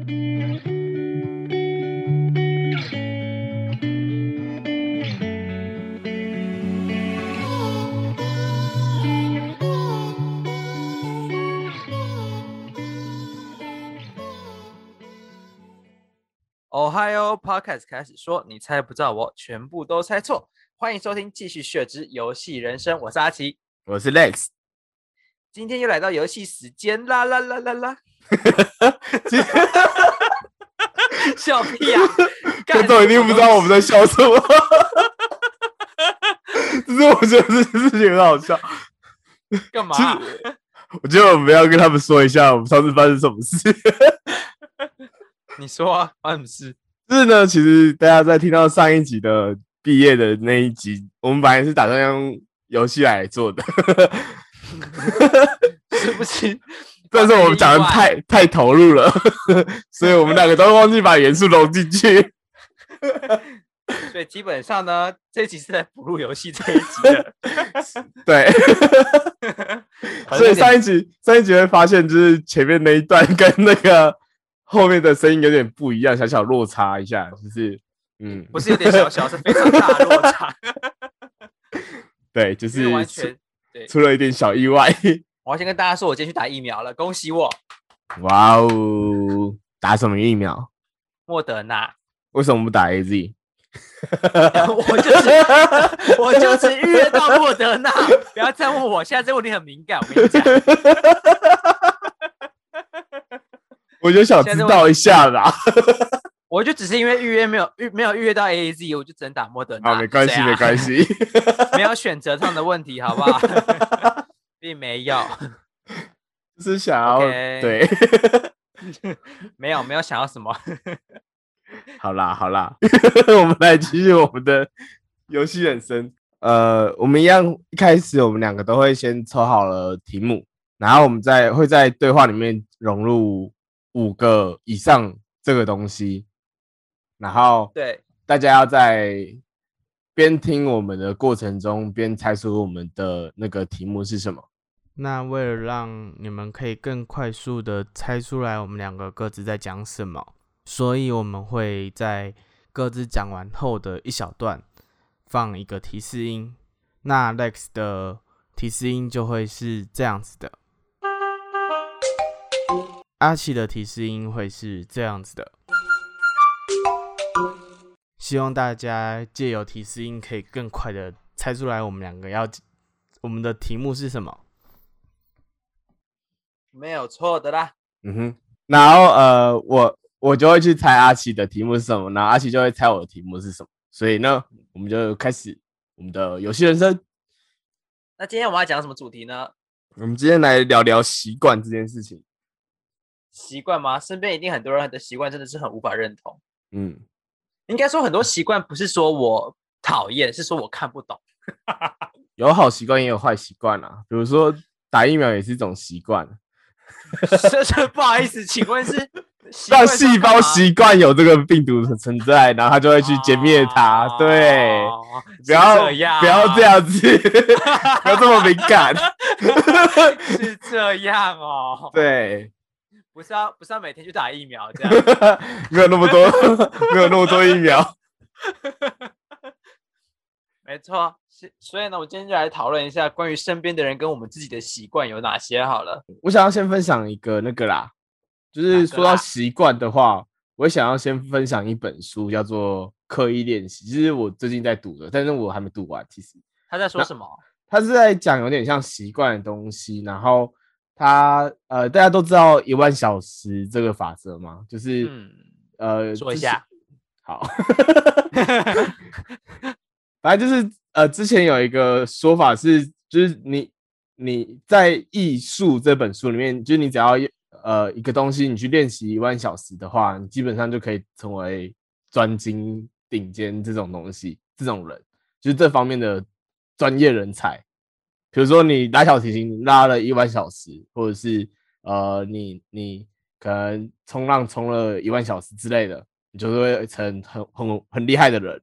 Ohio Podcast 开始说，你猜不到我全部都猜错。欢迎收听继续血之游戏人生，我是阿奇， 我是 Lex， 今天又来到游戏时间啦啦啦啦啦！笑屁啊！ 观众一定不知道我们在笑什么，只是我觉得这件事情很好笑。 干嘛、 我觉得我们要跟他们说一下，我们上次发生什么事。 你说啊，发生什么事？ 就是呢，其实大家在听到上一集的毕业的那一集，我们本来是打算用游戏来做的， 是不是？ 但是我们讲的太投入了，所以我们两个都忘记把元素融进去。 所以基本上呢，这集是在补录游戏这一集的。 对，所以上一集会发现，就是前面那一段跟那个后面的声音有点不一样，小小落差一下，就是不是有点小，是非常大的落差。 对，就是完全对， 出了一点小意外。 我要先跟大家说，我今天去打疫苗了，恭喜我！ 哇哦，打什么疫苗？ 莫德纳。 为什么不打 AZ？ 我就只预约到莫德纳，不要再问我，现在这个问题很敏感，我跟你讲。 我就想知道一下啦。 我就只是因为预约没有预约到 AZ， 我就只能打莫德纳。 没关系，没关系， 没有选择上的问题，好不好？并没有， 就是想要、 okay. 对， 没有想要什么。 好啦，我们来继续我们的游戏人生。我们一样，一开始我们两个都会先抽好了题目，然后我们会在对话里面融入5个以上这个东西，然后对大家要在边听我们的过程中边猜出我们的那个题目是什么。 那为了让你们可以更快速的猜出来我们两个各自在讲什么，所以我们会在各自讲完后的一小段放一个提示音。那 Lex 的提示音就会是这样子的，阿奇的提示音会是这样子的。希望大家借由提示音可以更快的猜出来我们两个我们的题目是什么。 没有错的啦。 然后我就会去猜阿奇的题目是什么，然后阿奇就会猜我的题目是什么。所以呢，我们就开始我们的游戏人生。 那今天我们要讲什么主题呢？ 我们今天来聊聊习惯这件事情。 习惯吗？身边一定很多人的习惯真的是很无法认同。 应该说很多习惯不是说我讨厌，是说我看不懂。 有好习惯也有坏习惯啊，比如说打疫苗也是一种习惯。 不好意思，请问是让细胞习惯有这个病毒存在，然后它就会去歼灭它。对，不要这样子，不要这么敏感。 是这样哦。 对， 不是要每天去打疫苗这样。 没有那么多疫苗。 没错，所以呢，我今天就来讨论一下关于身边的人跟我们自己的习惯有哪些好了。 我想要先分享一个那个啦，就是说到习惯的话，我想要先分享一本书，叫做《刻意练习》，就是我最近在读的，但是我还没读完。其实他在说什么？他是在讲有点像习惯的东西，然后大家都知道10000小时这个法则吗？就是说一下。 好。反正就是之前有一个说法是，就是你在艺术这本书里面，就是你只要一个东西你去练习10000小时的话，你基本上就可以成为专精顶尖这种东西，这种人就是这方面的专业人才。比如说你拉小提琴拉了10000小时，或者是你可能冲浪冲了10000小时之类的，你就会成很厉害的人。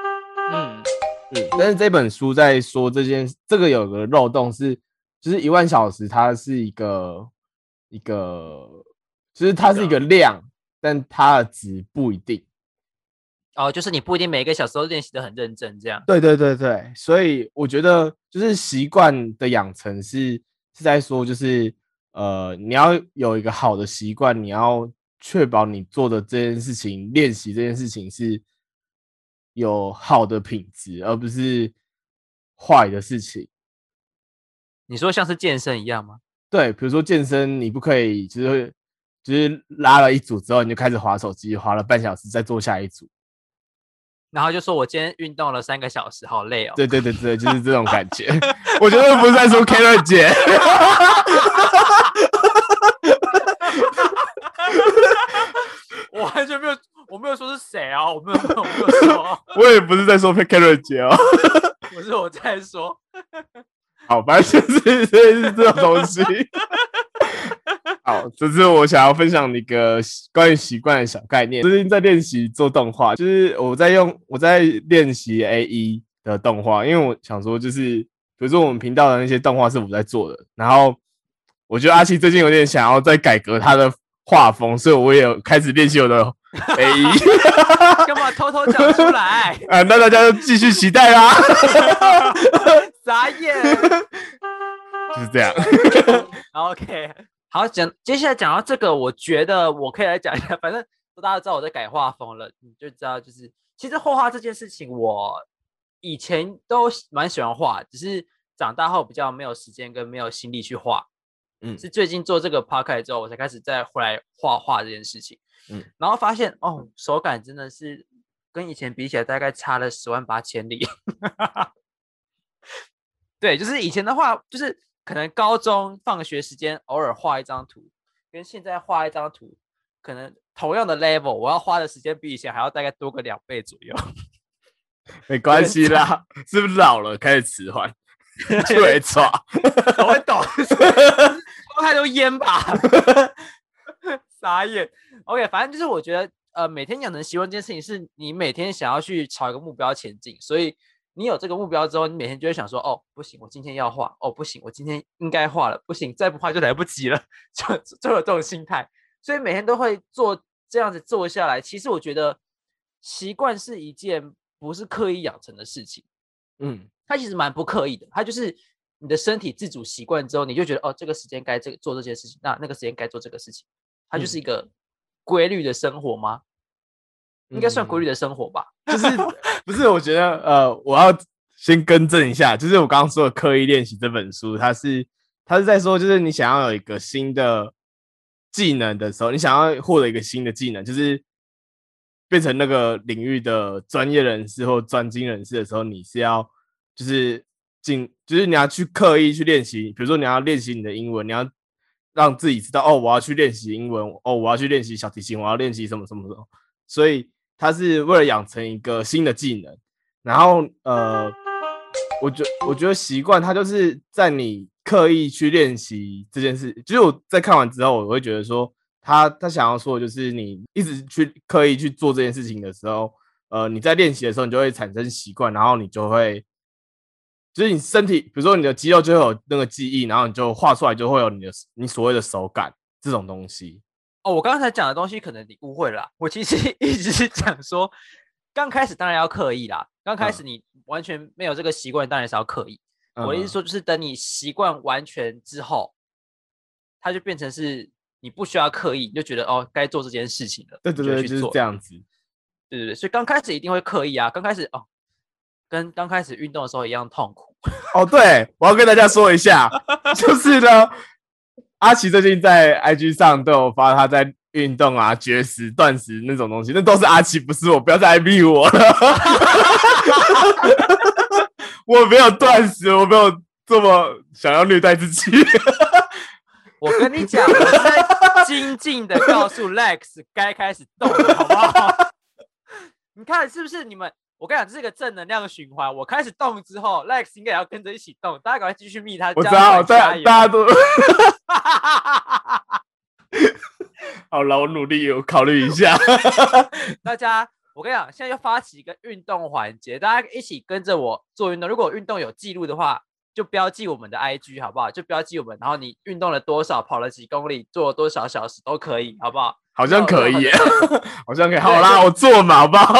但是这本书在说这个有个漏洞是，就是10000小时它是一个，就是它是一个量， 但它的值不一定。 哦，就是你不一定每一个小时都练习得很认真，这样。 对对对对，所以我觉得就是习惯的养成是在说，就是你要有一个好的习惯，你要确保你做的这件事情，练习这件事情是有好的品质，而不是坏的事情。 你说像是健身一样吗？ 对，比如说健身，你不可以就是拉了一组之后，你就开始滑手机，滑了半小时，再做下一组。 然后就说我今天运动了3个小时，好累哦。 对对对对，就是这种感觉。我觉得不是在说 Karen 姐。 我完全没有，我没有说是谁啊，我没有说， 我也不是在说 Karen 姐哦， 不是我在说。 好，反正就是这种东西。好，这是我想要分享的一个关于习惯的小概念。最近在练习做动画，就是我在练习 A1 的动画，因为我想说，就是比如说我们频道的那些动画是我在做的，然后我觉得阿七最近有点想要再改革他的画风，所以我也有开始练习我的 A1。 干嘛偷偷讲出来？ 那大家就继续期待啦。 傻眼。 就是这样。 OK。好，接下来讲到这个，我觉得我可以来讲一下。反正大家都知道我在改画风了，你就知道，就是其实画画这件事情，我以前都蛮喜欢画，只是长大后比较没有时间跟没有心力去画。是最近做这个 podcast 之后，我才开始再回来画画这件事情。然后发现哦，手感真的是跟以前比起来，大概差了10万8千里。对，就是以前的话，就是可能高中放学时间偶尔画一张图，跟现在画一张图，可能同样的 level， 我要花的时间比以前还要大概多个2倍左右。 没关系啦，是不是老了开始迟缓？就会抓， 我会懂，喝太多烟吧。傻眼。OK， 反正就是我觉得每天养成习惯这件事情，是你每天想要去朝一个目标前进，所以你有这个目标之后，你每天就会想说，哦，不行，我今天要画，哦，不行，我今天应该画了，不行，再不画就来不及了，就有这种心态，所以每天都会做这样子做下来。其实我觉得习惯是一件不是刻意养成的事情，它其实蛮不刻意的，它就是你的身体自主习惯之后，你就觉得哦，这个时间该做这件事情，那个时间该做这个事情，它就是一个规律的生活吗？应该算规律的生活吧。 就是不是？我觉得我要先更正一下，就是我刚刚说的刻意练习这本书，它是在说，就是你想要有一个新的技能的时候，你想要获得一个新的技能，就是变成那个领域的专业人士或专精人士的时候，你是要就是你要去刻意去练习，比如说你要练习你的英文，你要让自己知道哦，我要去练习英文，哦，我要去练习小提琴，我要练习什么什么什么，所以它是为了养成一个新的技能。然后我觉得习惯它就是在你刻意去练习这件事，就是我在看完之后，我会觉得说他想要说的就是你一直去刻意去做这件事情的时候，你在练习的时候，你就会产生习惯，然后你就会。就是你身体，比如说你的肌肉就会有那个记忆，然后你就画出来就会有你所谓的手感这种东西。 哦，我刚才讲的东西可能你误会了啦，我其实一直是讲说，刚开始当然要刻意啦，刚开始你完全没有这个习惯，当然是要刻意。我的意思说，就是等你习惯完全之后，它就变成是你不需要刻意，你就觉得哦该做这件事情了。 对对对，就是这样子。 对对对，所以刚开始一定会刻意啊，刚开始哦，跟刚开始运动的时候一样痛苦。 哦，对，我要跟大家说一下，就是呢，阿奇最近在 IG 上都有发他在运动啊、绝食、断食那种东西，那都是阿奇，不是我，不要再 IB 我了。我没有断食，我没有这么想要虐待自己。 我跟你讲，我是在精进的告诉 Lex 该开始动了，好不好？你看是不是你们？我跟你讲，这是一个正能量循环。我开始动之后 ，Lex 应该也要跟着一起动。大家赶快继续密他。 我知道，大家都好了，我努力，我考虑一下。 大家，我跟你讲，现在要发起一个运动环节，大家一起跟着我做运动。如果运动有记录的话，就标记我们的 IG 好不好？就标记我们，然后你运动了多少，跑了几公里，做了多少小时都可以，好不好？ 好像可以耶，好像可以。好对啦，我做嘛，好不好？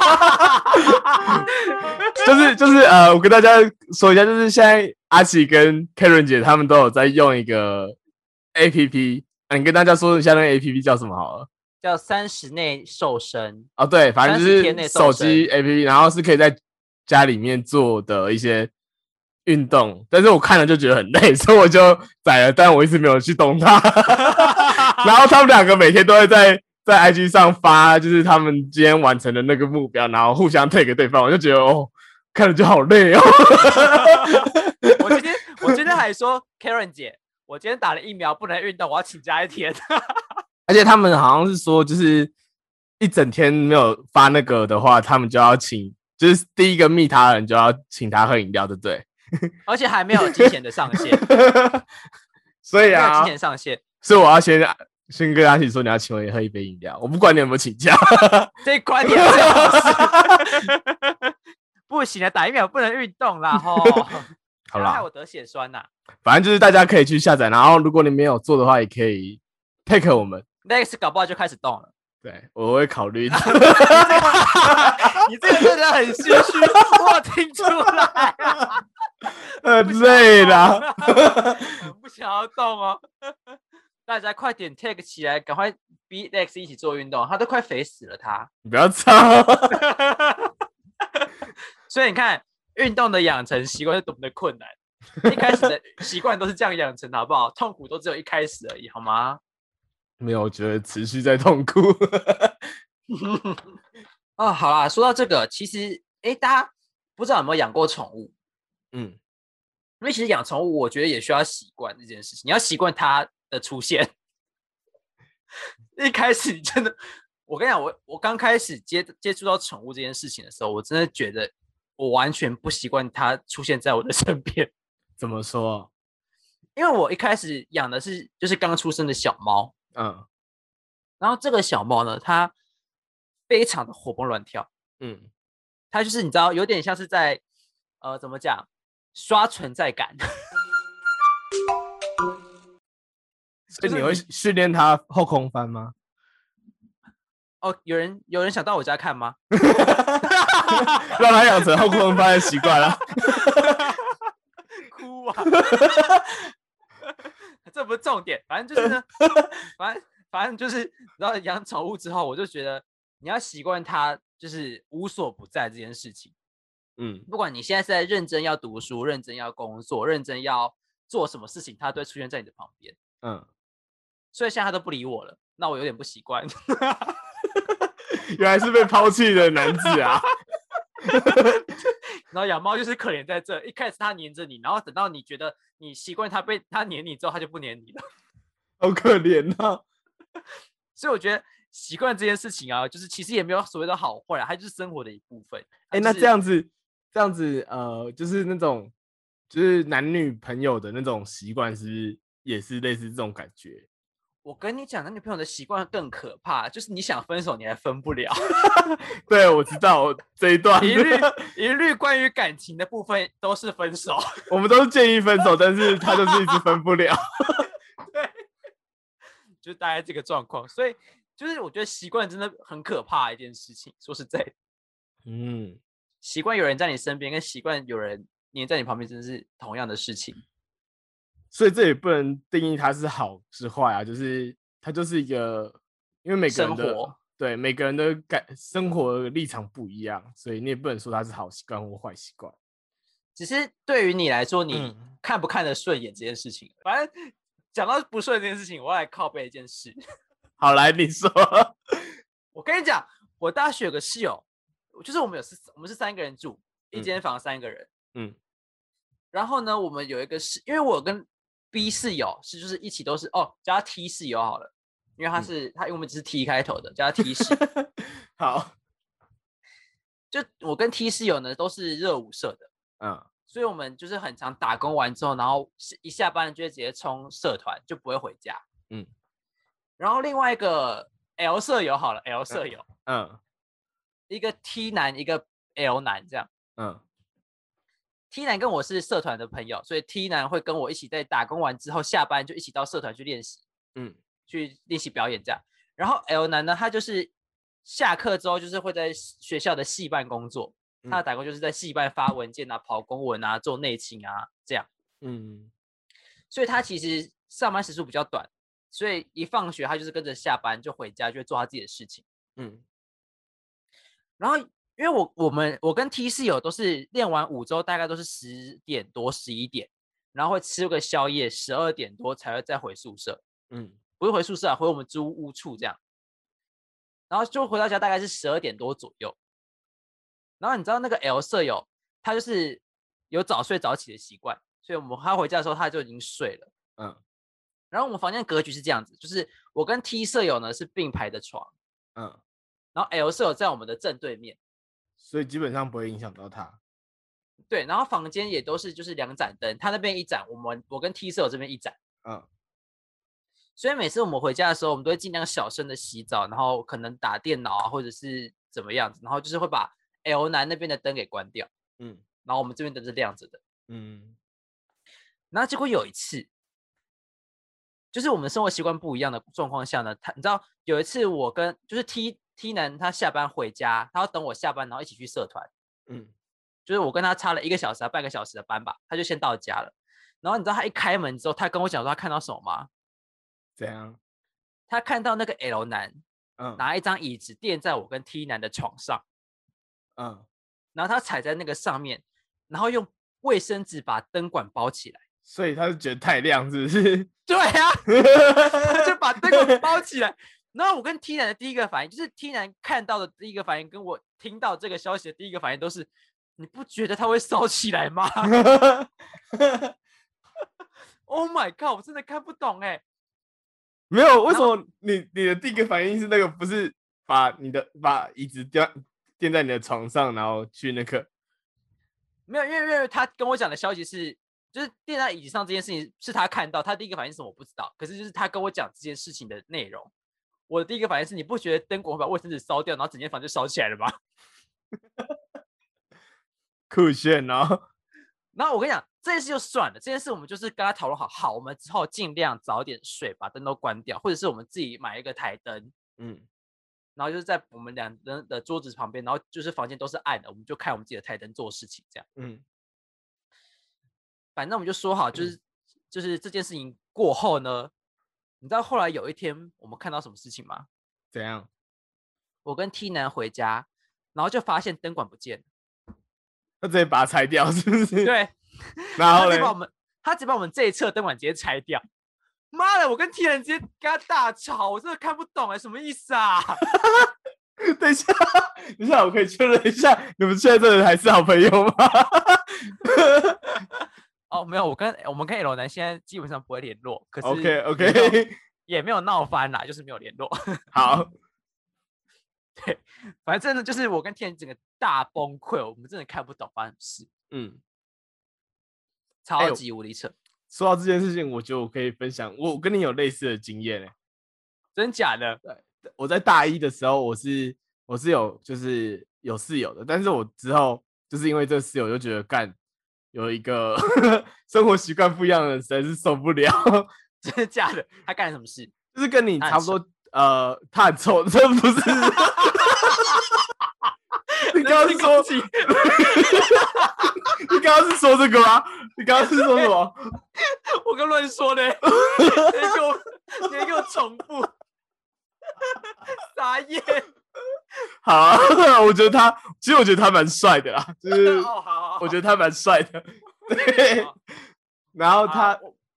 就是我跟大家说一下，就是现在阿奇跟 Karen 姐他们都有在用一个 APP，你跟大家说一下那个 APP 叫什么好了。 叫30内瘦身。 哦，对，反正就 30天内是瘦身手机 APP，然后是可以在家里面做的一些运动，但是我看了就觉得很累，所以我就载了，但我一直没有去动它。然后他们两个每天都会在 IG 上发，就是他们今天完成的那个目标，然后互相 tag 对方，我就觉得哦，看了就好累哦。 我今天还说 Karen 姐，我今天打了疫苗不能运动，我要请假1天。 而且他们好像是说，就是一整天没有发那个的话，他们就要请，就是第一个密他的人就要请他喝饮料，对不对？ 而且还没有金钱的上限。 所以没有金啊， 钱上限， 所以我要先跟阿奇说，你要请我喝一杯饮料，我不管你有没有请假。 这一观点最好是。不行啊，打疫苗不能运动啦吼。 好啦害我得血栓呐。 反正就是大家可以去下载，然后如果你没有做的话，也可以 take 我们。 Next 搞不好就开始动了。 对，我会考虑的。 你这个真的很心虚，我听出来啊。 很累啦。 我不想要动哦。大家快点 take 起来，赶快逼 Next 一起做运动，他都快肥死了他。 你不要吵。 所以你看，运动的养成习惯是多么的困难。一开始的习惯都是这样养成的，好不好？痛苦都只有一开始而已，好吗？ 没有，我觉得持续在痛苦。 哦，好啦，说到这个，其实大家不知道有没有养过宠物？ 嗯， 因为其实养宠物，我觉得也需要习惯这件事情。你要习惯它的出现。一开始你真的，我跟你讲，我刚开始接触到宠物这件事情的时候，我真的觉得我完全不习惯它出现在我的身边。 怎么说？ 因为我一开始养的是就是刚出生的小猫，然后这个小猫呢，它非常的活蹦乱跳，它就是你知道有点像是在怎么讲，刷存在感。 所以你会训练它后空翻吗？ 哦，有人想到我家看吗？ 让它养成后空翻的习惯了。 哭啊！这不是重点，反正就是呢，反正就是然后养宠物之后，我就觉得你要习惯它就是无所不在这件事情。不管你现在是在认真要读书、认真要工作、认真要做什么事情，它都会出现在你的旁边。所以现在它都不理我了，那我有点不习惯。 原来是被抛弃的男子啊！ 然后养猫就是可怜在这，一开始它黏着你，然后等到你觉得你习惯它被它黏你之后，它就不黏你了。 好可怜啊！ 所以我觉得习惯这件事情啊，就是其实也没有所谓的好坏啊，它就是生活的一部分。 那这样子，就是那种就是男女朋友的那种习惯，是不是也是类似这种感觉？ 我跟你讲，男女朋友的习惯更可怕，就是你想分手，你还分不了。 对，我知道这一段一律关于感情的部分都是分手。 我们都是建议分手，但是他就是一直分不了。 对，就大概这个状况。所以就是我觉得习惯真的很可怕的一件事情。说实在的，习惯有人在你身边，跟习惯有人黏在你旁边，真的是同样的事情。 所以这也不能定义它是好是坏啊，就是它就是一个，因为每个人的对每个人的生活立场不一样，所以你也不能说它是好习惯或坏习惯。 只是对于你来说，你看不看得顺眼这件事情，反正讲到不顺这件事情，我要来靠背一件事。 好，来你说。 我跟你讲，我大学有个室友，就是我们是3个人住，一间房3个人。然后呢，我们有一个因为我跟 B 室友就是一起都是叫他 T 室友好了，因为因为我们只是 T 开头的，叫他 T 室。 好， 就我跟 T 室友呢都是热舞社的，所以我们就是很常打工完之后，然后一下班就会直接冲社团，就不会回家。然后另外一个 L 舍友好了 ，L 舍友，一个 T 男，一个 L 男这样。T 男跟我是社团的朋友，所以 T 男会跟我一起在打工完之后下班就一起到社团去练习，去练习表演这样。 然后 L 男呢，他就是下课之后就是会在学校的系办工作，他的打工就是在系办发文件啊、跑公文啊、做内勤啊这样。所以他其实上班时数比较短，所以一放学他就是跟着下班就回家，就做他自己的事情。然后因为我跟 T 室友都是练完5周大概都是10点多11点，然后会吃个宵夜，12点多才会再回宿舍。不是回宿舍啊，回我们租屋处这样。然后就回到家大概是12点多左右。然后你知道那个 L 舍友他就是有早睡早起的习惯，所以他回家的时候他就已经睡了。然后我们房间格局是这样子，就是我跟 T 舍友呢是并排的床，然后 L 舍友在我们的正对面， 所以基本上不会影响到他。 对，然后房间也都是就是2盏灯，他那边1盏，我跟 T 舍友这边1盏。所以每次我们回家的时候，我们都会尽量小声的洗澡，然后可能打电脑啊，或者是怎么样子，然后就是会把 L 男那边的灯给关掉，然后我们这边灯是亮着的，然后结果有一次，就是我们生活习惯不一样的状况下呢，你知道有一次我跟就是 T 男他下班回家，他要等我下班，然后一起去社团，就是我跟他差了1个小时半个小时的班吧，他就先到家了，然后你知道他一开门之后，他跟我讲说他看到什么吗？ 怎样？ 他看到那个 L 男，拿一张椅子垫在我跟 T 男的床上，然后他踩在那个上面，然后用卫生纸把灯管包起来。 所以他是觉得太亮，是不是？ 对啊，他就把灯管包起来。然后我跟 T 男的第一个反应，就是 T 男看到的第一个反应，跟我听到这个消息的第一个反应都是，你不觉得他会烧起来吗？Oh my god， 我真的看不懂哎。 没有，为什么你的第一个反应是那个，不是把椅子垫在你的床上，然后去那个？ 没有，因为他跟我讲的消息是，就是垫在椅子上这件事情是他看到，他第一个反应是什么我不知道，可是就是他跟我讲这件事情的内容，我的第一个反应是，你不觉得灯管会把卫生纸烧掉，然后整间房就烧起来了吗？ 酷炫哦！ 然后我跟你讲，这件事就算了，这件事我们就是跟他讨论好，我们之后尽量早点睡，把灯都关掉，或者是我们自己买一个台灯，然后就是在我们2人的桌子旁边，然后就是房间都是暗的，我们就看我们自己的台灯做事情，这样。反正我们就说好，就是这件事情过后呢，你知道后来有一天我们看到什么事情吗？ 怎样？ 我跟 T 男回家，然后就发现灯管不见了。 他直接把它拆掉，是不是？ 对， 然后嘞， 他直接把我们这一侧灯管直接拆掉。妈的，我跟 T 男直接跟他大吵，我真的看不懂什么意思啊？ 等一下，我可以确认一下，你们现在真的还是好朋友吗？ 哦，没有，我们跟 L 男现在基本上不会联络，可是 OK 也没有闹翻啦，就是没有联络。 好， 对，反正呢就是我跟 T 男整个大崩溃，我们真的看不懂发生什么事，超级无敌扯。 说到这件事情，我觉得我可以分享，我跟你有类似的经验真假的？ 对，我在大一的时候，我是有就是有室友的，但是我之后就是因为这个室友就觉得有一个生活习惯不一样的人实在是受不了。 真的假的？他干了什么事？ 就是跟你差不多，他很臭，这不是？你刚刚是说你刚刚是说这个吗？你刚刚是说什么？ 我刚乱说的，你还给我重复，傻眼。 好啊，其实我觉得他蛮帅的啦，就是我觉得他蛮帅的。对，然后他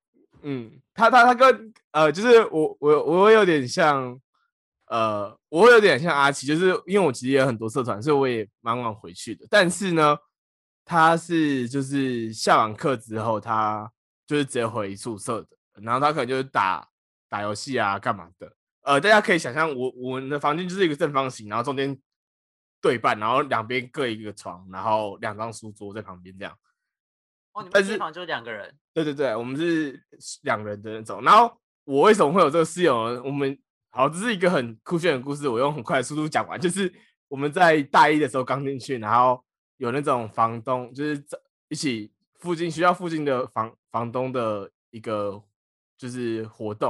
跟就是我有点像我有点像阿奇，就是因为我其实也有很多社团，所以我也蛮晚回去的。但是呢，他是就是下完课之后，他就是直接回宿舍的，然后他可能就是打游戏啊，干嘛的。大家可以想象，我们的房间就是一个正方形，然后中间对半，然后两边各一个床，然后2张书桌在旁边这样。 哦，你们这房就2个人？ 对，我们是2人的那种。然后我为什么会有这个室友呢？这是一个很酷炫的故事，我用很快的速度讲完。就是我们在大一的时候刚进去，然后有那种房东，就是一起学校附近的房东的一个就是活动，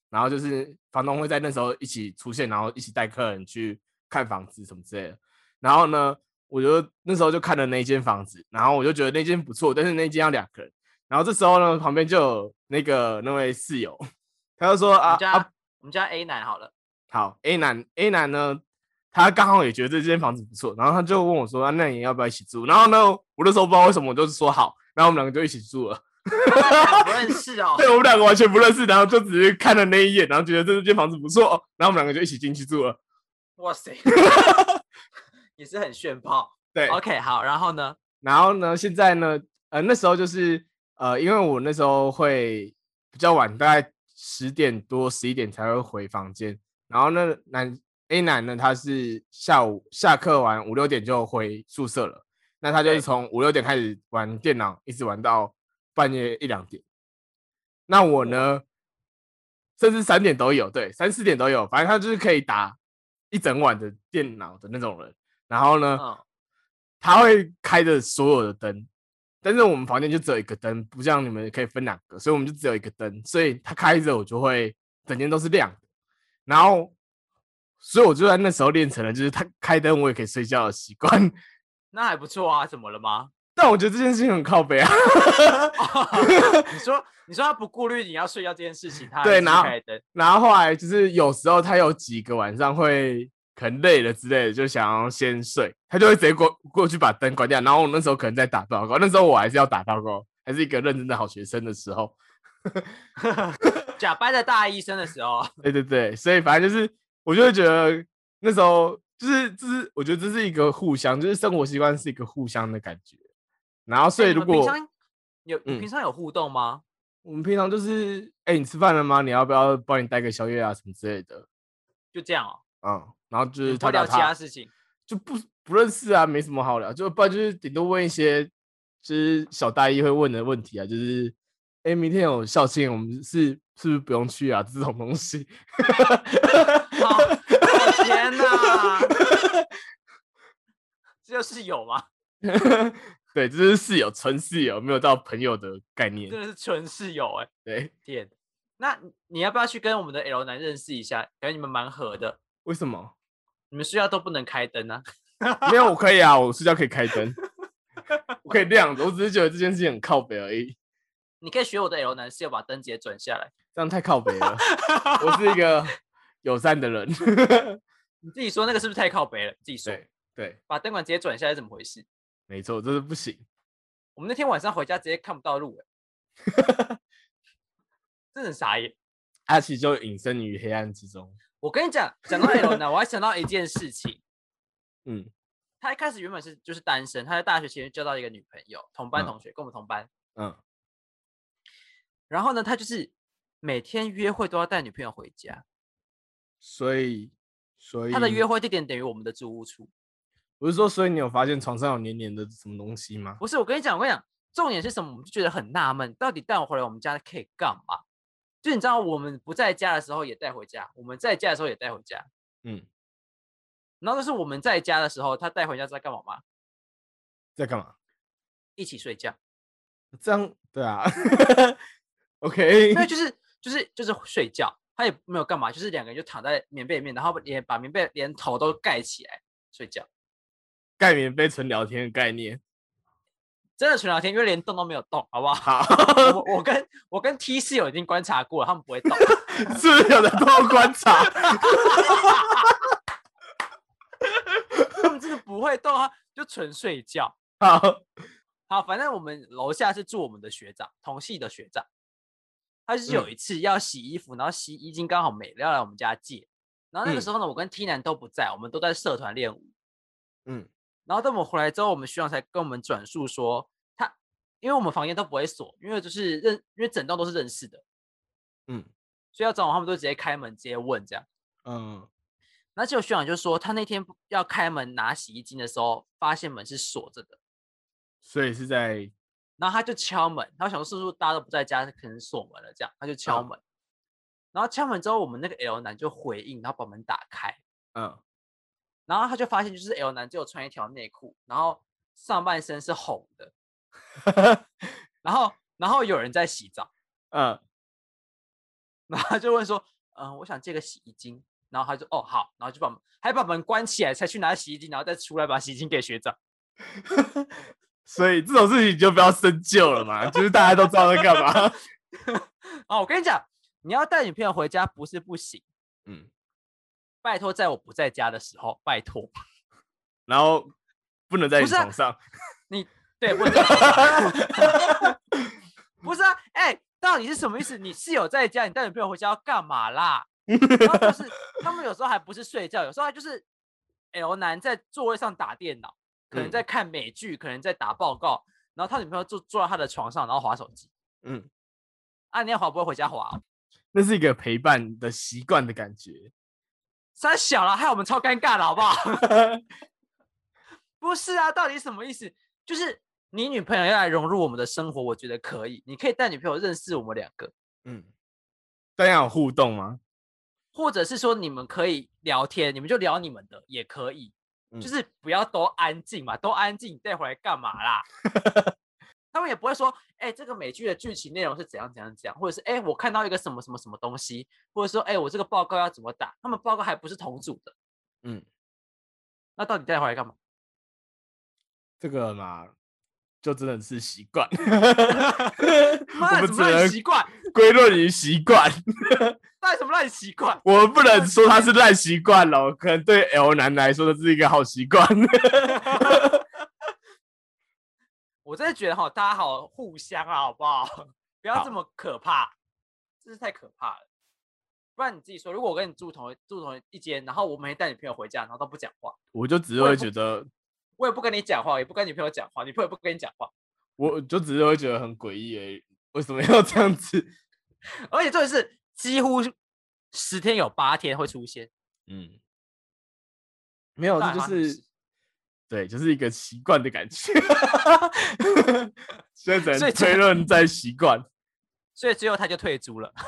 然后就是房东会在那时候一起出现，然后一起带客人去看房子什么之类的。然后呢，我就那时候就看了那间房子，然后我就觉得那间不错，但是那间要2个人。然后这时候呢，旁边就有那位室友，他就说我们家 A 男好了， 好 A 男呢，他刚好也觉得这间房子不错，然后他就问我说，那你要不要一起住？然后呢，我那时候不知道为什么，我就是说好，然后我们2个就一起住了。 不认识哦。 对，我们2个完全不认识，然后就只是看了那一眼，然后觉得这间房子不错，然后我们2个就一起进去住了。 哇塞，也是很炫炮。 对 ，OK， 好，然后呢， 现在呢，那时候就是因为我那时候会比较晚，大概10点多11点才会回房间，然后那A 男呢，他是下午下课完5、6点就回宿舍了，那他就是从5、6点开始玩电脑，一直玩到半夜1、2点。那我呢，甚至3点都有，对，3、4点都有，反正他就是可以打一整晚的电脑的那种人。然后呢，他会开着所有的灯，但是我们房间就只有一个灯，不像你们可以分2个，所以我们就只有一个灯，所以他开着我就会整间都是亮的。然后，所以我就在那时候练成了，就是他开灯我也可以睡觉的习惯。 那还不错啊，怎么了吗？ 但我觉得这件事情很靠北啊。 你说他不顾虑你要睡觉这件事情，他对， 开灯。 然后后来就是有时候他有几个晚上会可能累了之类的，就想要先睡，他就会直接过去把灯关掉。然后我那时候可能在打报告，那时候我还是要打报告，还是一个认真的好学生的时候， 假扮的大医生的时候。 对，所以反正就是我就会觉得那时候就是我觉得这是一个互相，就是生活习惯是一个互相的感觉。然后所以如果你平常有互动吗？ 我们平常就是你吃饭了吗？你要不要帮你带个宵夜啊什么之类的？ 就这样哦。 然后就是不聊其他事情， 就不认识啊，没什么好聊，就不然就是顶多问一些就是小大一会问的问题啊，就是明天有校庆，我们是不是不用去啊？这种东西。 天哪，这就是有吗？ 对，这是室友，纯室友，没有到朋友的概念， 真的是纯室友哎。 对， 天，那你要不要去跟我们的 L 男认识一下？感觉你们蛮合的。 为什么？ 你们睡觉都不能开灯啊？ 没有，我可以啊，我睡觉可以开灯，我可以亮着，我只是觉得这件事情很靠北而已。 你可以学我的 L 男室友把灯直接转下来， 这样太靠北了。我是一个友善的人。 你自己说那个是不是太靠北了？自己说。 对， 把灯管直接转下来怎么回事？ 没错，这是不行。 我们那天晚上回家直接看不到路，真的很傻眼。 他其实就隐身于黑暗之中。 我跟你讲到 L 呢，我还想到一件事情。他一开始原本就是单身，他在大学期间交到一个女朋友，同班同学，跟我们同班。然后呢，他就是每天约会都要带女朋友回家， 所以他的约会地点等于我们的租屋处。 不是说，所以你有发现床上有黏黏的什么东西吗？ 不是，我跟你讲，重点是什么？我们就觉得很纳闷，到底带我回来我们家可以干嘛？就你知道，我们不在家的时候也带回家，我们在家的时候也带回家。然后就是我们在家的时候，他带回家在干嘛吗？ 在干嘛？ 一起睡觉。 这样对啊。OK。 对，就是睡觉，他也没有干嘛，就是2个人就躺在棉被里面，然后把棉被连头都盖起来睡觉。 盖棉被纯聊天的概念。 真的纯聊天，因为连动都没有动，好不好？我跟 T 室友已经观察过了，他们不会动。 是不是有人偷观察？ 他们真的不会动啊，就纯睡觉。好，反正我们楼下是住我们的学长，同系的学长。他就是有一次要洗衣服，然后洗衣巾刚好没了，要来我们家借。然后那个时候呢，我跟 T 男都不在，我们都在社团练舞。然后等我回来之后，我们学长才跟我们转述说，因为我们房间都不会锁，因为整栋都是认识的，所以要找我他们都直接开门直接问这样。那结果学长就说，他那天要开门拿洗衣巾的时候，发现门是锁着的， 所以是在， 然后他就敲门，他想说是不是大家都不在家，可能锁门了这样，他就敲门，然后敲门之后，我们那个 L 男就回应，然后把门打开。然后他就发现，就是 L 男只有穿一条内裤，然后上半身是红的，然后有人在洗澡，然后他就问说我想借个洗衣精。然后他就哦好，然后就还把门关起来，才去拿洗衣精，然后再出来把洗衣精给学长。 所以这种事情就不要深究了嘛，就是大家都知道在干嘛。 我跟你讲，你要带女朋友回家不是不行，拜托在我不在家的时候，拜托。 然后不能在你床上， 对，不能在床上。不是啊，到底是什么意思？你室友在家，你带女朋友回家要干嘛啦？然后就是他们有时候还不是睡觉，有时候还就是 L 男在座位上打电脑，可能在看美剧，可能在打报告，然后他女朋友就坐在他的床上，然后滑手机。你要滑不会回家滑？ 那是一个陪伴的习惯的感觉。 三小了，害我们超尴尬的好不好？不是啊，到底什么意思？就是你女朋友要来融入我们的生活，我觉得可以，你可以带女朋友认识我们2个。 但要有互动吗？ 或者是说你们可以聊天，你们就聊你们的也可以，就是不要都安静嘛，都安静，你带回来干嘛啦？他们也不会说，这个美剧的剧情内容是怎样怎样怎样，或者是我看到一个什么什么什么东西，或者说我这个报告要怎么打，他们报告还不是同组的，那到底带回来干嘛？ 这个嘛，就真的是习惯。 妈，怎么让你习惯？ 归论于习惯。 到底什么让你习惯？ 我们不能说它是烂习惯了，可能对 L 男来说，这是一个好习惯。 我真的觉得大家好互相啊，好不好？不要这么可怕，真是太可怕了。不然你自己说，如果我跟你住同一间，然后我每天带女朋友回家，然后都不讲话， 我就只是会觉得， 我也不跟你讲话，也不跟女朋友讲话，女朋友也不跟你讲话， 我就只是会觉得很诡异而已。为什么要这样子？ 而且这是几乎10天有8天会出现。 没有，这就是对，就是一个习惯的感觉。所以只能推论在习惯， 所以最后他就退租了。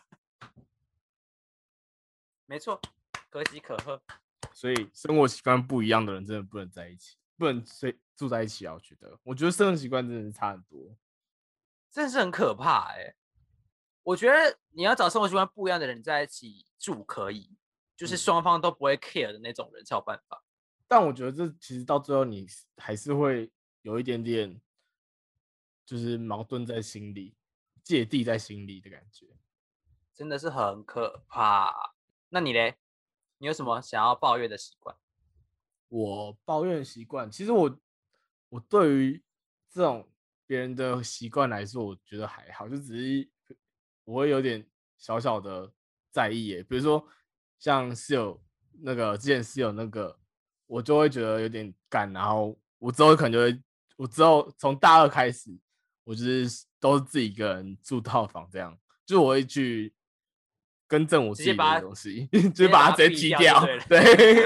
没错，可喜可贺。 所以生活习惯不一样的人真的不能在一起，不能住在一起啊！我觉得生活习惯真的是差很多， 真的是很可怕我觉得你要找生活习惯不一样的人在一起住可以，就是双方都不会 care 的那种人才有办法。 但我觉得这其实到最后你还是会有一点点，就是矛盾在心里，芥蒂在心里的感觉， 真的是很可怕。那你嘞？你有什么想要抱怨的习惯？ 我抱怨习惯，其实我对于这种别人的习惯来说，我觉得还好，就只是我会有点小小的在意耶。比如说像室友之前室友我就会觉得有点干，然后我之后可能就会，我之后从大2开始，我就是都是自己一个人住套房这样，就是我会去更正我自己的东西，就是把它直接踢掉。对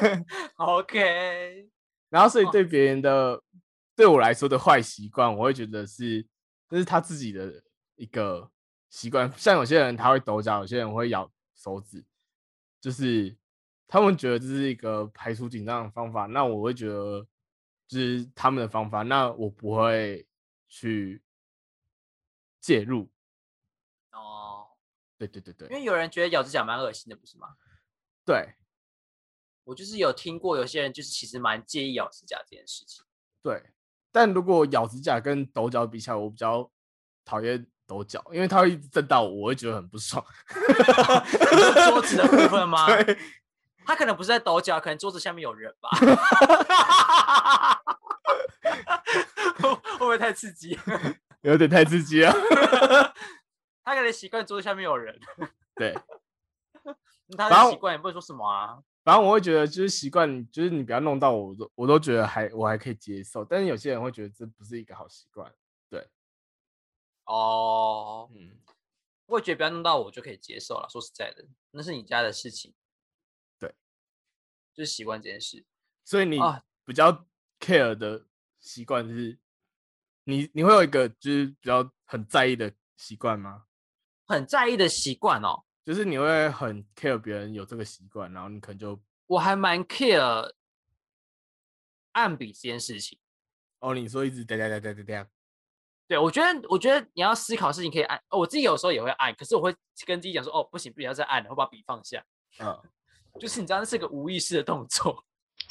，OK。 然后所以对我来说的坏习惯，我会觉得这是他自己的一个习惯。像有些人他会抖脚，有些人会咬手指，就是他们觉得这是一个排除紧张的方法，那我会觉得就是他们的方法，那我不会去介入。对， 因为有人觉得咬指甲蛮恶心的，不是吗？ 对， 我就是有听过有些人就是其实蛮介意咬指甲这件事情。 对，但如果咬指甲跟抖脚比起来，我比较讨厌抖脚，因为它会一直震到我，我会觉得很不爽。 你说桌子的部分吗？ 对， 他可能不是在抖脚，可能桌子下面有人吧。会不会太刺激？ 有点太刺激了。 他可能习惯桌子下面有人。 对， 他的习惯也不会说什么啊。 反正我会觉得就是习惯，就是你不要弄到我都觉得我还可以接受，但是有些人会觉得这不是一个好习惯。对， 我也觉得不要弄到我就可以接受了。说实在的，那是你家的事情。 对， 就是习惯这件事。 所以你比较 care 的习惯是，你会有一个就是比较很在意的习惯吗？ 很在意的习惯哦， 就是你会很 care 别人有这个习惯，然后你可能就我还蛮 care 按笔这件事情。 你说一直哒， 对，我觉得你要思考事情可以按，我自己有时候也会按，可是我会跟自己讲说，哦，不行，不要再按了，我把笔放下。 嗯， 就是你知道，那是个无意识的动作。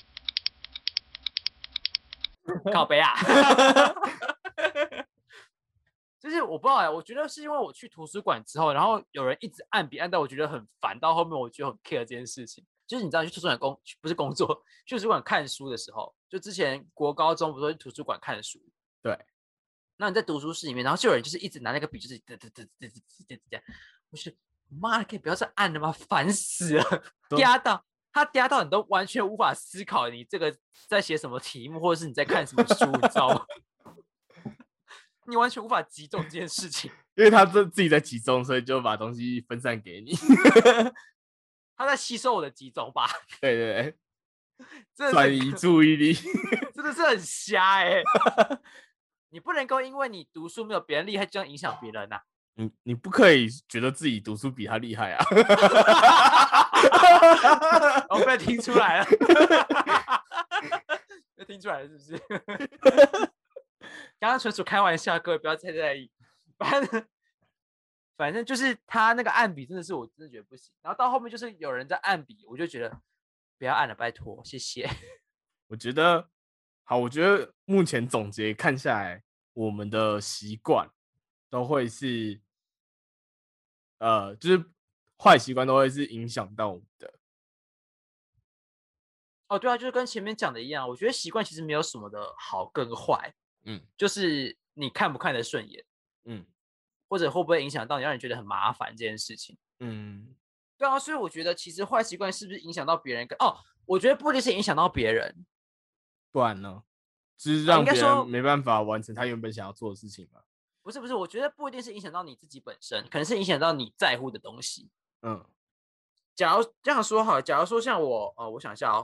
靠背啊。就是我不知道哎，我觉得是因为我去图书馆之后，然后有人一直按笔按到我觉得很烦，到后面我就很 care 这件事情。就是你知道去图书馆不是工作，去图书馆看书的时候，就之前国高中不是去图书馆看书， 对， 那你在读书室里面，然后就有人就是一直拿那个笔，就是这样，我是妈的，可以不要再按了吗？烦死了，嗲到你都完全无法思考你这个在写什么题目，或者是你在看什么书，你知道吗？你完全无法集中这件事情， 因为他自己在集中，所以就把东西分散给你。 他在吸收我的集中吧？ 对对对， 转移注意力， 真的是很瞎哎、你不能够因为你读书没有别人厉害，就这样影响别人呐、 你不可以觉得自己读书比他厉害啊！ 我被听出来了，被听出来了是不是？刚刚纯属开玩笑，各位不要太在意。反正就是他那个按笔真的是我真的觉得不行，然后到后面就是有人在按笔，我就觉得不要按了，拜托，谢谢。 我觉得好，我觉得目前总结看下来，我们的习惯都会是，就是坏习惯都会是影响到我们的。 哦，对啊，就是跟前面讲的一样，我觉得习惯其实没有什么的好跟坏，就是你看不看得顺眼，或者会不会影响到你，让你觉得很麻烦这件事情。对啊，所以我觉得其实坏习惯是不是影响到别人我觉得不一定是影响到别人， 不然呢，就是让别应该说人没办法完成他原本想要做的事情嘛。 不是，我觉得不一定是影响到你自己本身，可能是影响到你在乎的东西。假如这样说好了，假如说像我，我想一下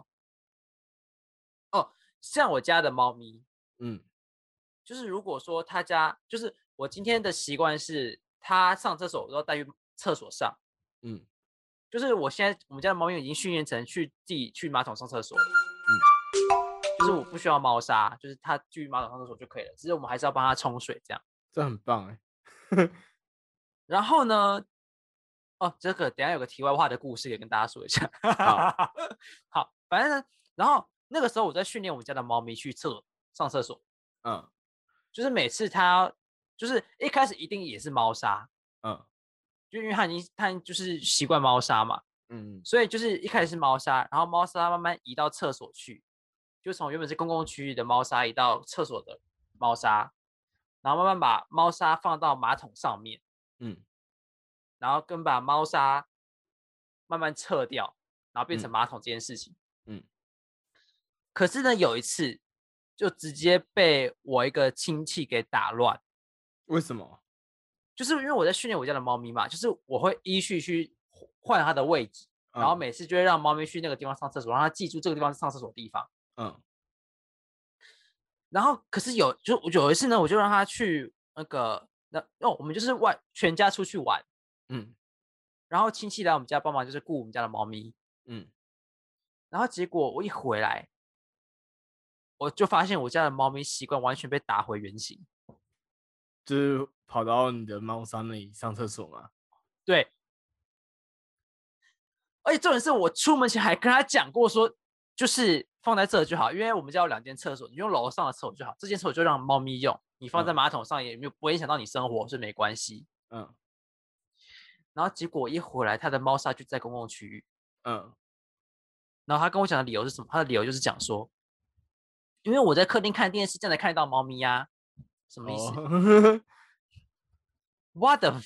像我家的猫咪，就是如果说他家，就是我今天的习惯是，他上厕所我都要带去厕所上，就是我们家的猫咪已经训练成自己去马桶上厕所了，就是我不需要猫砂，就是它去马桶上厕所就可以了，只是我们还是要帮它冲水这样。 这很棒哎。 然后呢，这个等一下有个题外话的故事可以跟大家说一下。好，反正呢，然后那个时候我在训练我们家的猫咪去上厕所，就是每次它就是一开始一定也是猫砂，就因为它就是习惯猫砂嘛，所以就是一开始是猫砂，然后猫砂慢慢移到厕所去，就从原本是公共区域的猫砂移到厕所的猫砂，然后慢慢把猫砂放到马桶上面，然后把猫砂慢慢撤掉，然后变成马桶这件事情。可是呢，有一次就直接被我一个亲戚给打乱。 为什么？ 就是因为我在训练我家的猫咪嘛，就是我会依序去换它的位置，然后每次就会让猫咪去那个地方上厕所，让它记住这个地方是上厕所的地方。然后可是有一次呢，我就让它去那个我们就是全家出去玩，然后亲戚来我们家帮忙，就是顾我们家的猫咪，然后结果我一回来，我就发现我家的猫咪习惯完全被打回原形， 就是跑到你的猫砂那里上厕所吗？ 对，而且重点是我出门前还跟他讲过说，就是放在这就好，因为我们家有2间厕所，你用楼上的厕所就好，这间厕所就让猫咪用，你放在马桶上也不会影响到你生活，所以没关系。然后结果一回来，他的猫砂就在公共区域。然后他跟我讲的理由是什么？他的理由就是讲说，因为我在客厅看电视，这样才看得到猫咪呀。什么意思？What the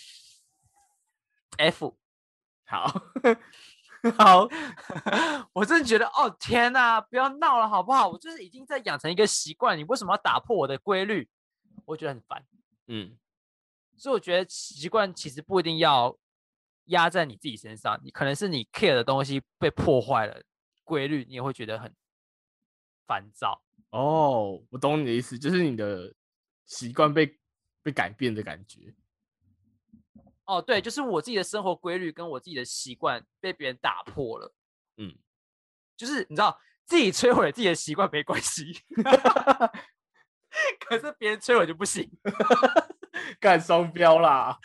F？ 好好， 我真的觉得，天哪，不要闹了好不好？我就是已经在养成一个习惯，你为什么要打破我的规律？我觉得很烦。所以我觉得习惯其实不一定要压在你自己身上，你可能是你 care 的东西被破坏了规律，你也会觉得很烦躁。 我懂你的意思，就是你的习惯被改变的感觉。 对，就是我自己的生活规律跟我自己的习惯被别人打破了。就是你知道，自己摧毁自己的习惯没关系， 可是别人催我就不行。 干双标啦。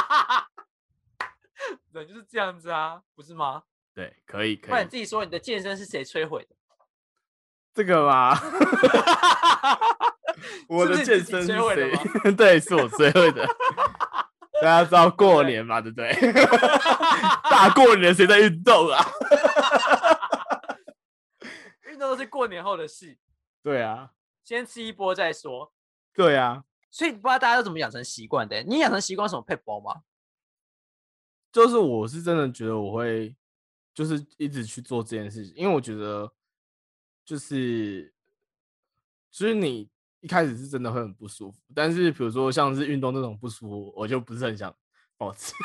人就是这样子啊，不是吗？ 对，可以不可以。 然你自己说，你的健身是谁摧毁的？ 这个嘛，我的是不是你自己健身是摧毁的谁？对，是我摧毁的。大家知道过年嘛，对不对？大过年谁在运动啊？ 运动都是过年后的事， 对啊， 先吃一波再说。 对啊， 所以不知道大家都怎么养成习惯的。你养成习惯什么配包吗？ 就是我是真的觉得我会，就是一直去做这件事情，因为我觉得就是你一开始是真的会很不舒服，但是比如说像是运动那种不舒服，我就不是很想保持。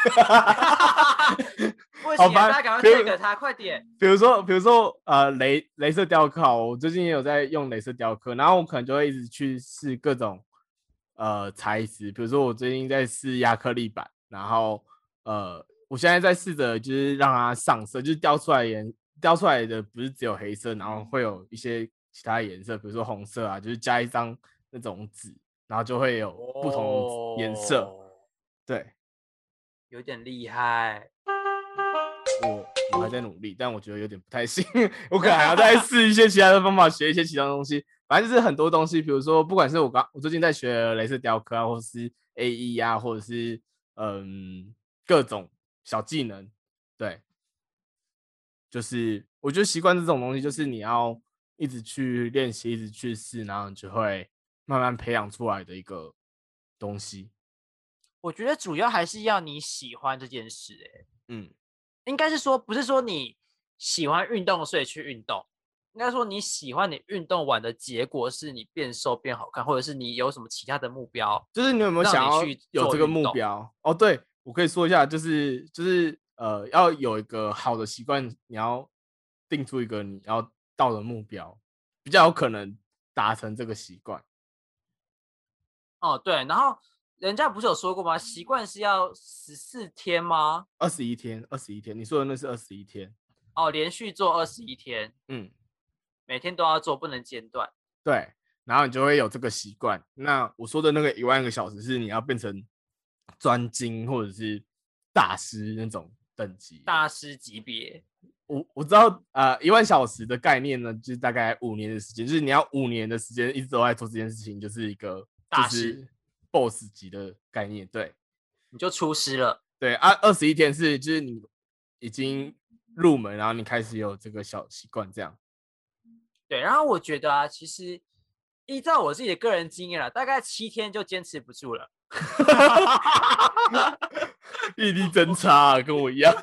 不行、啊，大家赶快推给他，快点。 比如说镭射雕刻，我最近也有在用镭射雕刻，然后我可能就会一直去试各种材质，比如说我最近在试亚克力板，然后我现在在试着就是让它上色，就是雕出来的不是只有黑色，然后会有一些其他颜色，比如说红色啊，就是加一张那种纸，然后就会有不同颜色。对， 有点厉害。 我还在努力，但我觉得有点不太行，我可能还要再试一些其他的方法，学一些其他的东西。反正就是很多东西，比如说不管是我最近在学镭射雕刻啊，或者是 AE 啊，或者是各种小技能，对，就是我觉得习惯这种东西，就是你要一直去练习，一直去试，然后你就会慢慢培养出来的一个东西。 我觉得主要还是要你喜欢这件事、欸， 嗯， 应该是说不是说你喜欢运动所以去运动，应该说你喜欢你运动完的结果是你变瘦变好看，或者是你有什么其他的目标， 就是你有没有想要有这个目动？ 标？哦，对，我可以说一下，就是要有一个好的习惯，你要定出一个你要到的目标，比较有可能达成这个习惯。 哦，对，然后人家不是有说过吗？习惯是要14天吗 21天，21天，你说的那是21天。 哦，连续做21天， 嗯， 每天都要做，不能间断。 对，然后你就会有这个习惯。那我说的那个10000个小时是你要变成专精或者是大师那种等级。 大师级别。 我知道，10000小时的概念呢，就是大概5年的时间，就是你要5年的时间一直都在做这件事情，就是一个大师就是 BOSS 级的概念。对， 你就出师了。 对啊，21天是就是你已经入门，然后你开始有这个小习惯这样。 对，然后我觉得啊，其实依照我自己的个人经验啦，大概7天就坚持不住了。 毅力真差啊，跟我一样。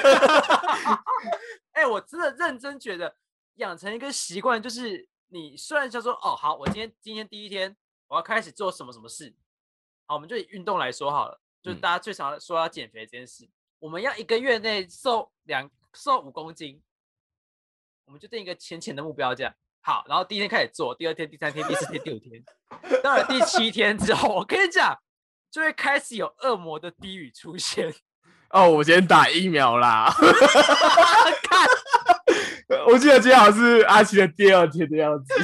哎，我真的认真觉得养成一个习惯，就是你虽然叫做哦好，我今天第一天我要开始做什么什么事，好，我们就以运动来说好了，就是大家最常说要减肥这件事，我们要1个月内瘦5公斤，我们就定一个浅浅的目标，这样好，然后第一天开始做，第2天、第3天、第4天、第5天，到了第7天之后，我跟你讲，就会开始有恶魔的低语出现。 哦，我先打疫苗啦。 看， 我记得今天好像是阿奇的第2天的样子。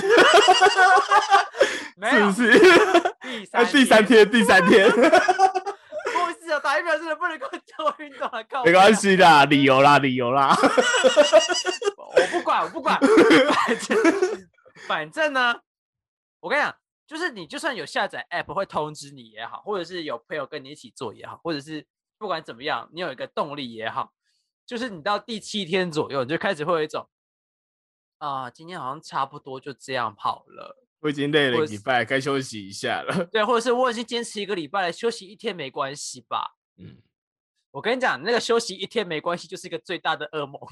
没有， 是不是？第三天。不是啊，打疫苗真的不能够做运动啊！ 没关系啦，理由啦。 我不管，反正呢，我跟你讲，就是你就算有下载 App 会通知你也好，或者是有朋友跟你一起做也好，或者是不管怎么样，你有一个动力也好，就是你到第7天左右，你就开始会有一种今天好像差不多就这样跑了。 我已经累了1礼拜，该休息一下了。 对，或者是我已经坚持1个礼拜了，休息1天没关系吧？我跟你讲，那个休息1天没关系，就是一个最大的噩梦。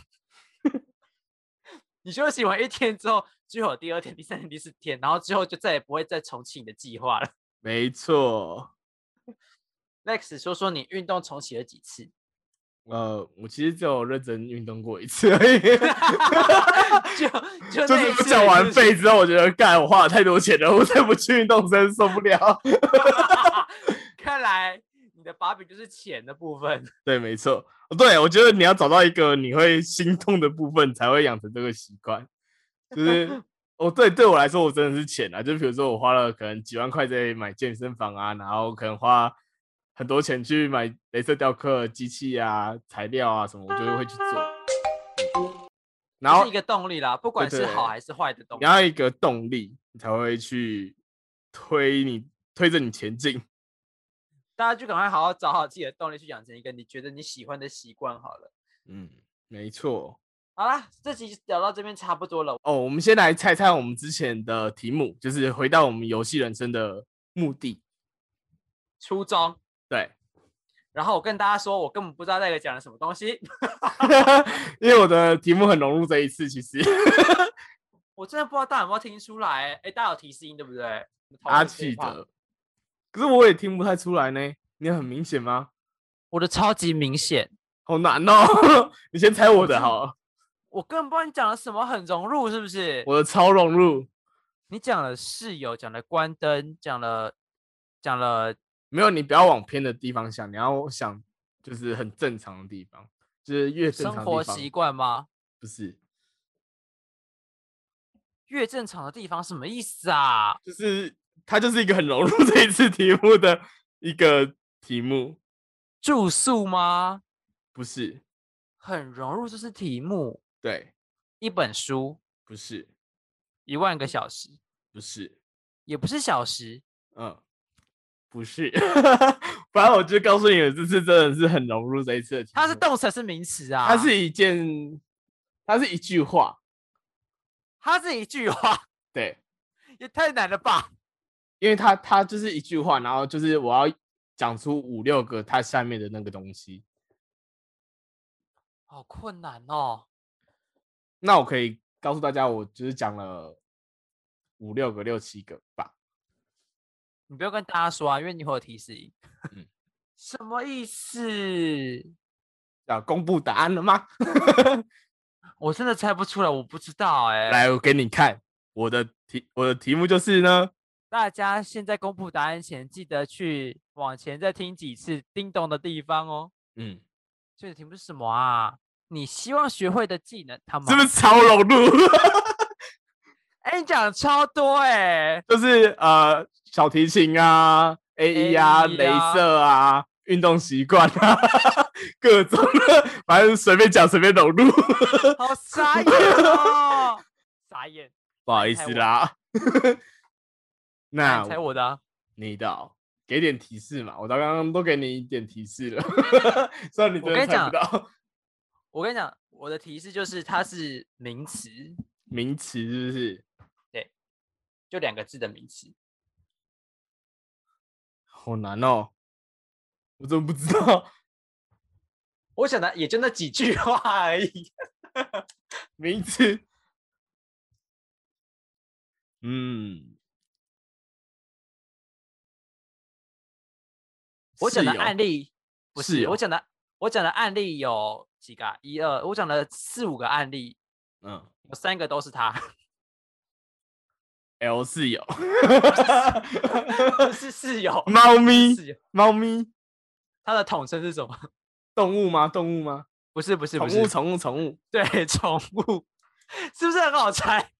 你休息完1天之后，就有第2天、第3天、第4天，然后之后就再也不会再重启你的计划了。 没错。 Lex 说说你运动重启了几次？ 我其实只有认真运动过1次而已。就是我缴完费之后，我觉得干，我花了太多钱了，我再不去运动真受不了。 看来你的把柄就是钱的部分。 对，没错。对，我觉得你要找到一个你会心动的部分，才会养成这个习惯。就是哦，对我来说，我真的是钱啊，就比如说我花了可能几万块在买健身房啊，然后可能花很多钱去买雷射雕刻机器啊、材料啊什么，我就会去做。然后是一个动力啦，不管是好还是坏的动力。 你要一个动力，你才会去推着你前进。 大家就赶快好好找好自己的动力，去养成一个你觉得你喜欢的习惯好了。 没错。 好啦，这集聊到这边差不多了。 哦，我们先来猜猜我们之前的题目，就是回到我们游戏人生的目的。 初中。 对。 然后我跟大家说，我根本不知道那个讲了什么东西， 因为我的题目很融入这一次，其实我真的不知道大家有没有听出来。大家有提示音对不对？ 阿气的，可是我也听不太出来呢。你很明显吗？ 我的超级明显， 好难哦。你先猜我的好了。 我根本不知道你讲了什么，很融入是不是？ 我的超融入。 你讲了室友，讲了关灯，讲了， 没有，你不要往偏的地方想，你要想就是很正常的地方，就是越正常的地方。 生活习惯吗？ 不是， 越正常的地方什么意思啊？ 就是它就是一个很融入这一次题目的一个题目。 住宿吗？ 不是。 很融入，这是题目。 对。 一本书？ 不是。 10000个小时？ 不是。 也不是小时。 不是。反正我就告诉你了，这次真的是很融入这一次的题目。 它是动词还是名词啊？ 它是一句话。 它是一句话。 对。 也太难了吧？ 因为它就是一句话，然后就是我要讲出5、6个它下面的那个东西。 好困难哦。 那我可以告诉大家，我就是讲了5、6个、6、7个吧。 你不要跟大家说啊，因为你会有提示音。什么意思？ 要公布答案了吗？ 我真的猜不出来，我不知道来，我给你看我的题目就是呢。 大家现在公布答案前，记得去往前再听几次叮咚的地方哦。这个题目是什么啊？你希望学会的技能，他们是不是超融入？ 你讲的超多就是小提琴啊、AE 啊、雷射啊、运动习惯啊，各种的，反正随便讲随便融入。 好傻眼哦！傻眼， 不好意思啦。那你猜我的啊？ 你的给点提示嘛，我刚刚都给你一点提示了。虽然你真的猜不到。 我跟你讲，我的提示就是它是名词。 名词是不是？ 对，就2个字的名词。 好难哦，我真的不知道。 我想的也就那几句话而已。 名词。 我讲的案例不是， 哦、 我讲的案例有几个？1、2，我讲了4、5个案例。有3个都是他。 L 室友。 不是室友。 猫咪。 它的统称是什么？ 动物吗？不是。宠物。 对，宠物。是不是很好猜？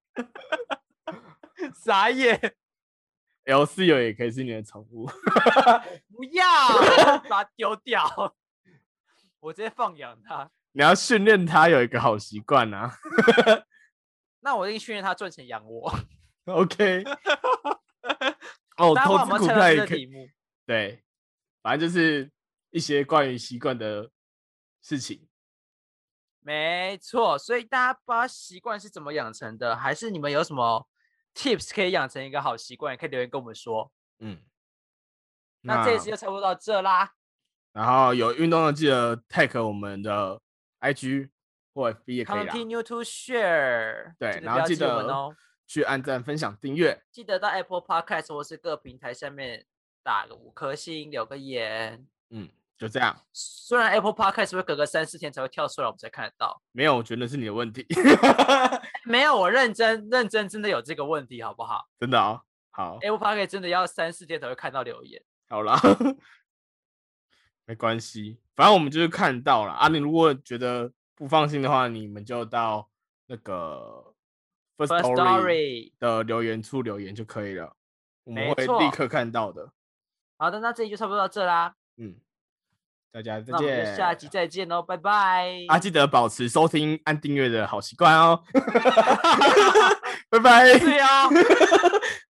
傻眼。 L 室友也可以是你的宠物。 不要把它丢掉。我直接放养它。 你要训练它有一个好习惯啊。 那我一定训练它赚钱养我。 OK。 投资股票也可以。 题目。 对，反正就是一些关于习惯的事情。 没错，所以大家不知道习惯是怎么养成的，还是你们有什么 tips 可以养成一个好习惯，也可以留言跟我们说。那这一次就差不多到这啦。 然后有运动的记得 tag 我们的 IG 或 FB 也可以啦。 Continue to share。 对，然后记得去按赞、分享、订阅。 记得到 Apple Podcast 或是各平台下面打个5颗星，留个言。 就这样。 虽然 Apple Podcast 会隔个3、4天才会跳出来，我们才看得到。 没有，我觉得是你的问题。 没有，我认真真的有这个问题，好不好？ 真的哦。好。 Apple Podcast 真的要3、4天才会看到留言。 好啦。没关系，反正我们就是看到了啊。你如果觉得不放心的话，你们就到那个 First First Story Story 的留言处留言就可以了，我们会没错立刻看到的。 好的，那这里就差不多到这啦， 大家再那我们就见。 下集再见喽，拜拜。 记得保持收听、按订阅的好习惯哦。拜拜。 对哦。